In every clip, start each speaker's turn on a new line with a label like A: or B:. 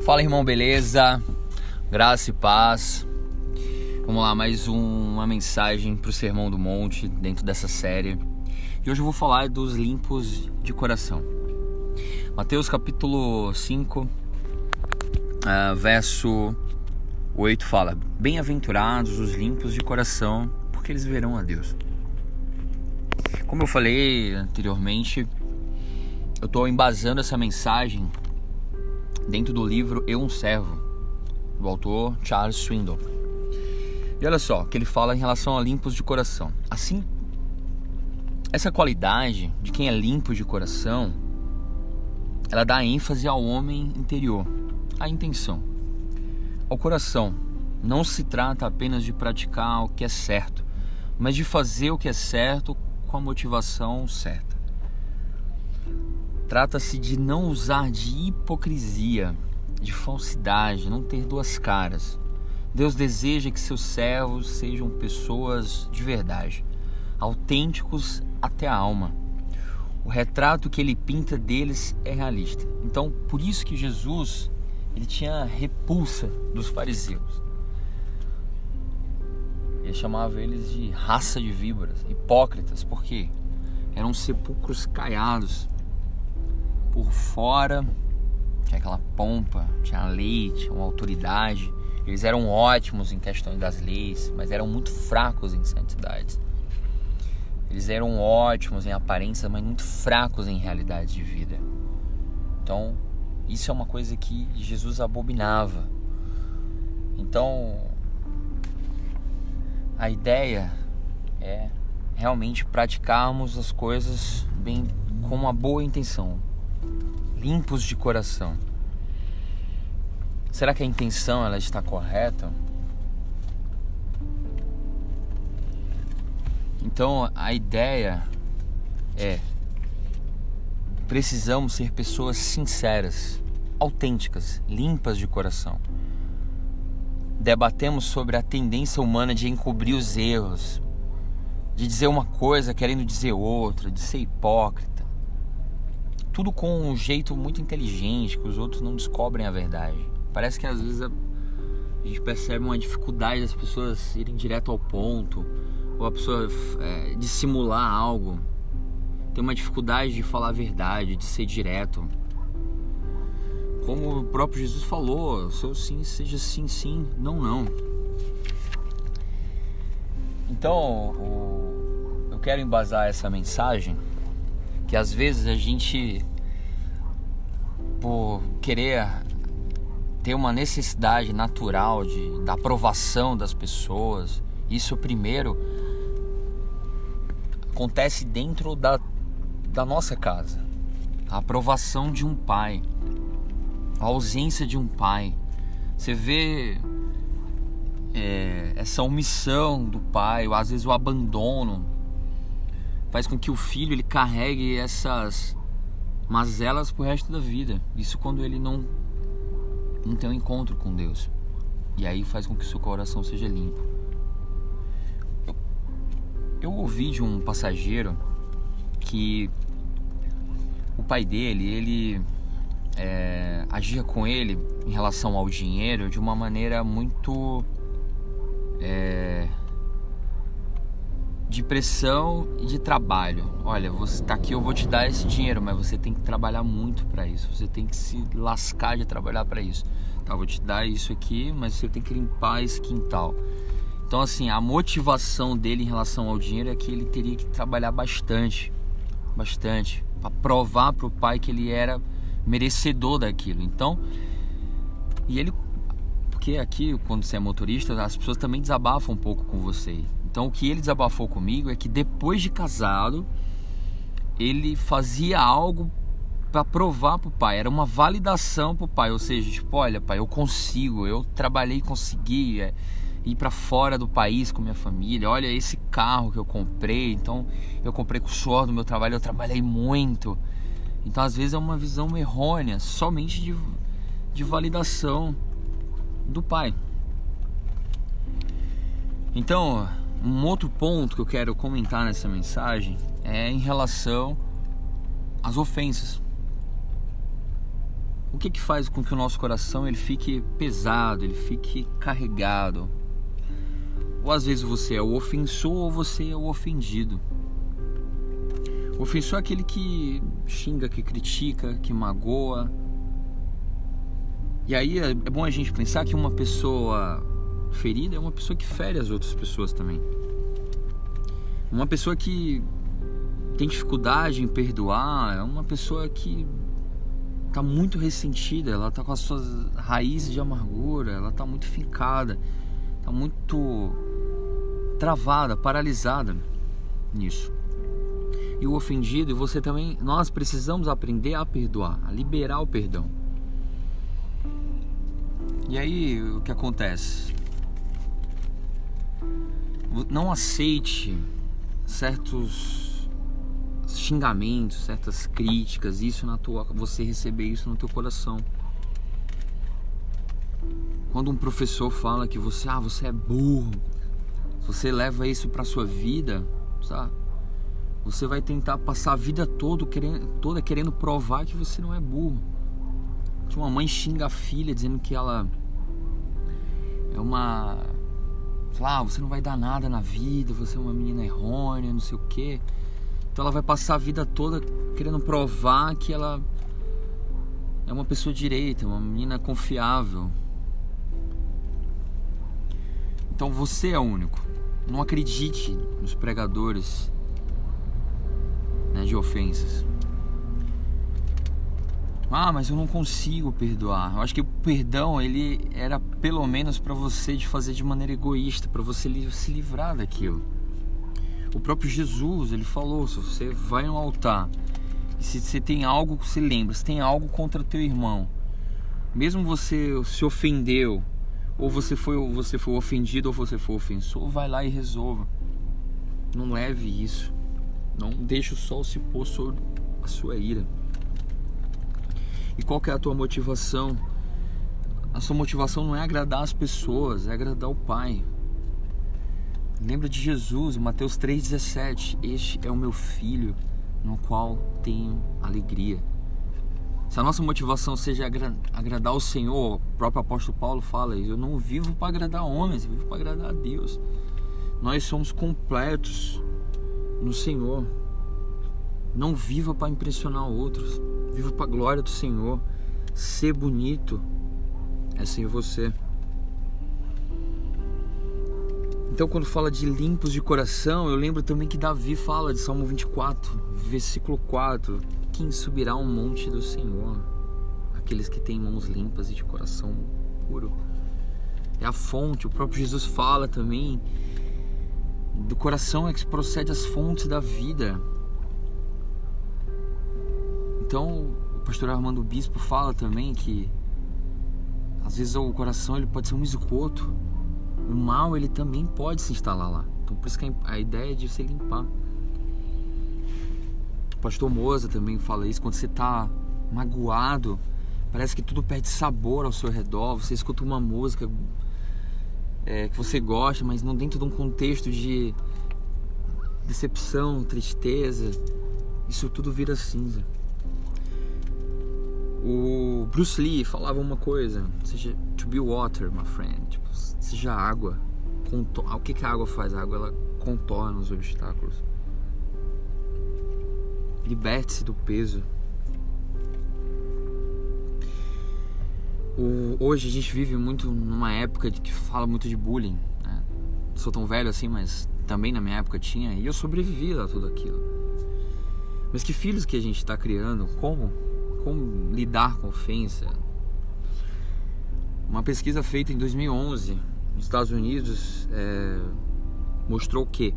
A: Fala, irmão, beleza? Graça e paz. Vamos lá, mais uma mensagem para o Sermão do Monte dentro dessa série. E hoje eu vou falar dos limpos de coração. Mateus capítulo 5, verso 8 fala: Bem-aventurados os limpos de coração, porque eles verão a Deus. Como eu falei anteriormente, eu estou embasando essa mensagem dentro do livro Eu, um Servo, do autor Charles Swindoll. E olha só, que ele fala em relação a limpos de coração. Assim, essa qualidade de quem é limpo de coração, ela dá ênfase ao homem interior, à intenção, ao coração. Não se trata apenas de praticar o que é certo, mas de fazer o que é certo com a motivação certa. Trata-se de não usar de hipocrisia, de falsidade, não ter duas caras. Deus deseja que seus servos sejam pessoas de verdade, autênticos até a alma. O retrato que ele pinta deles é realista. Então, por isso que Jesus, ele tinha repulsa dos fariseus. Ele chamava eles de raça de víboras, hipócritas, porque eram sepulcros caiados. Por fora tinha aquela pompa, tinha a lei, tinha uma autoridade. Eles eram ótimos em questão das leis, mas eram muito fracos em santidade. Eles eram ótimos em aparência, mas muito fracos em realidade de vida. Então, isso é uma coisa que Jesus abominava. Então, a ideia é realmente praticarmos as coisas bem, com uma boa intenção, limpos de coração. Será que a intenção ela está correta? Então a ideia é: precisamos ser pessoas sinceras, autênticas, limpas de coração. Debatemos sobre a tendência humana de encobrir os erros, de dizer uma coisa querendo dizer outra, de ser hipócrita. Tudo com um jeito muito inteligente, que os outros não descobrem a verdade. Parece que às vezes a gente percebe uma dificuldade das pessoas irem direto ao ponto, ou a pessoa dissimular algo. Tem uma dificuldade de falar a verdade, de ser direto. Como o próprio Jesus falou: seu sim seja sim, sim, não, não. Então, eu quero embasar essa mensagem, que às vezes a gente, por querer ter uma necessidade natural da aprovação das pessoas, isso primeiro acontece dentro da nossa casa. A aprovação de um pai, a ausência de um pai. Você vê essa omissão do pai, ou às vezes o abandono, faz com que o filho ele carregue essas mazelas pro resto da vida. Isso quando ele não tem um encontro com Deus. E aí faz com que o seu coração seja limpo. Eu ouvi de um passageiro que o pai dele, ele agia com ele em relação ao dinheiro de uma maneira muito de pressão e de trabalho. Olha, você tá aqui, eu vou te dar esse dinheiro, mas você tem que trabalhar muito para isso. Você tem que se lascar de trabalhar para isso. Tá, vou te dar isso aqui, mas você tem que limpar esse quintal. Então, assim, a motivação dele em relação ao dinheiro é que ele teria que trabalhar bastante, para provar pro pai que ele era merecedor daquilo. Então, e ele, porque aqui, quando você é motorista, as pessoas também desabafam um pouco com você. Então o que ele desabafou comigo é que depois de casado, ele fazia algo para provar pro pai, era uma validação pro pai, ou seja, tipo, olha pai, eu consigo, eu trabalhei e consegui ir para fora do país com minha família, olha esse carro que eu comprei, então eu comprei com o suor do meu trabalho, eu trabalhei muito. Então às vezes é uma visão errônea, somente de validação do pai. Então, um outro ponto que eu quero comentar nessa mensagem é em relação às ofensas. o que faz com que o nosso coração ele fique pesado, ele fique carregado? Ou às vezes você é o ofensor ou você é o ofendido. O ofensor é aquele que xinga, que critica, que magoa. E aí é bom a gente pensar que uma pessoa ferida é uma pessoa que fere as outras pessoas também. Uma pessoa que tem dificuldade em perdoar é uma pessoa que está muito ressentida, ela está com as suas raízes de amargura, ela está muito fincada, está muito travada, paralisada nisso. E o ofendido, e você também, nós precisamos aprender a perdoar, a liberar o perdão. E aí, o que acontece? Não aceite certos xingamentos, certas críticas, você receber isso no teu coração. Quando um professor fala que você é burro, você leva isso para sua vida, sabe? Você vai tentar passar a vida toda querendo provar que você não é burro. Uma mãe xinga a filha dizendo que ela é uma... sei lá, você não vai dar nada na vida, você é uma menina errônea, não sei o quê. Então ela vai passar a vida toda querendo provar que ela é uma pessoa direita, uma menina confiável. Então você é único. Não acredite nos pregadores, né, de ofensas. Mas eu não consigo perdoar. Eu acho que o perdão, ele era pelo menos para você de fazer de maneira egoísta, para você se livrar daquilo. O próprio Jesus, ele falou, se você vai no altar e se você tem algo, você lembra, se tem algo contra teu irmão, mesmo você se ofendeu, ou você foi ofendido, ou você foi ofensor, vai lá e resolva. Não leve isso. Não deixe o sol se pôr sobre a sua ira. E qual que é a tua motivação? A sua motivação não é agradar as pessoas, é agradar o Pai. Lembra de Jesus, Mateus 3,17. Este é o meu filho, no qual tenho alegria. Se a nossa motivação seja agradar o Senhor, o próprio apóstolo Paulo fala isso. Eu não vivo para agradar homens, eu vivo para agradar a Deus. Nós somos completos no Senhor. Não viva para impressionar outros, viva para a glória do Senhor. Ser bonito é ser você. Então, quando fala de limpos de coração, eu lembro também que Davi fala de Salmo 24, versículo 4: quem subirá ao monte do Senhor? Aqueles que têm mãos limpas e de coração puro. É a fonte. O próprio Jesus fala também, do coração é que procede as fontes da vida. Então, o pastor Armando Bispo fala também que às vezes o coração ele pode ser um esgoto. O mal ele também pode se instalar lá. Então por isso que a ideia é de você limpar. O pastor Moza também fala isso. Quando você está magoado, parece que tudo perde sabor ao seu redor. Você escuta uma música que você gosta, mas não dentro de um contexto de decepção, tristeza. Isso tudo vira cinza. O Bruce Lee falava uma coisa: seja to be water, my friend. Tipo, seja água. O que a água faz? A água ela contorna os obstáculos. Liberte-se do peso. Hoje a gente vive muito numa época que fala muito de bullying, né? Não sou tão velho assim, mas também na minha época tinha, e eu sobrevivi a tudo aquilo. Mas que filhos que a gente está criando? Como lidar com ofensa? Uma pesquisa feita em 2011 nos Estados Unidos mostrou que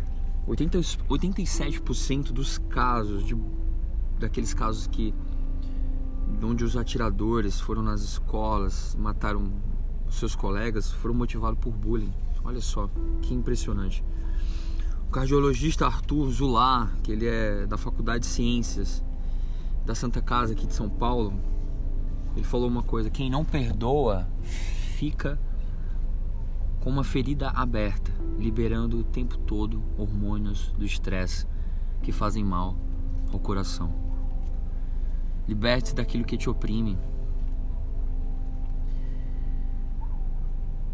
A: 87% dos casos, daqueles casos onde os atiradores foram nas escolas, mataram os seus colegas, foram motivados por bullying. Olha só, que impressionante. O cardiologista Arthur Zular, que ele é da Faculdade de Ciências da Santa Casa aqui de São Paulo, ele falou uma coisa: quem não perdoa fica com uma ferida aberta, liberando o tempo todo hormônios do estresse que fazem mal ao coração. Liberte-se daquilo que te oprime.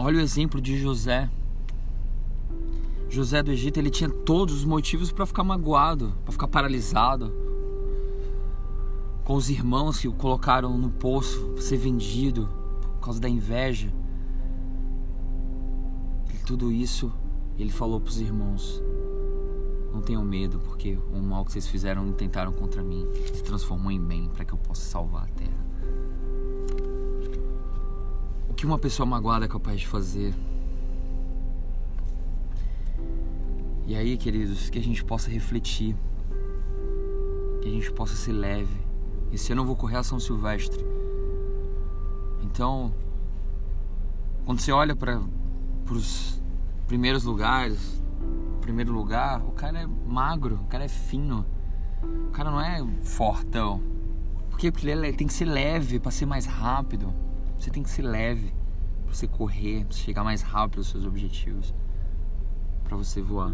A: Olha o exemplo de José. José do Egito, ele tinha todos os motivos para ficar magoado, para ficar paralisado, com os irmãos que o colocaram no poço para ser vendido por causa da inveja. E tudo isso ele falou para os irmãos: não tenham medo, porque o mal que vocês fizeram e tentaram contra mim se transformou em bem, para que eu possa salvar a terra. O que uma pessoa magoada é capaz de fazer? E aí, queridos, que a gente possa refletir, que a gente possa ser leve. Esse ano eu vou correr a São Silvestre. Então, quando você olha para os primeiros lugares, o primeiro lugar, o cara é magro, o cara é fino, o cara não é fortão. Por quê? Porque ele tem que ser leve para ser mais rápido. Você tem que ser leve para você correr, para você chegar mais rápido aos seus objetivos, para você voar.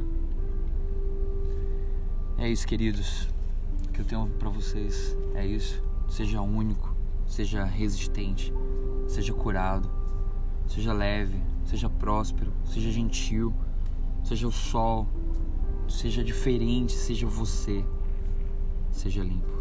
A: É isso, queridos. O que eu tenho para vocês é isso. Seja único, seja resistente, seja curado, seja leve, seja próspero, seja gentil, seja o sol, seja diferente, seja você, seja limpo.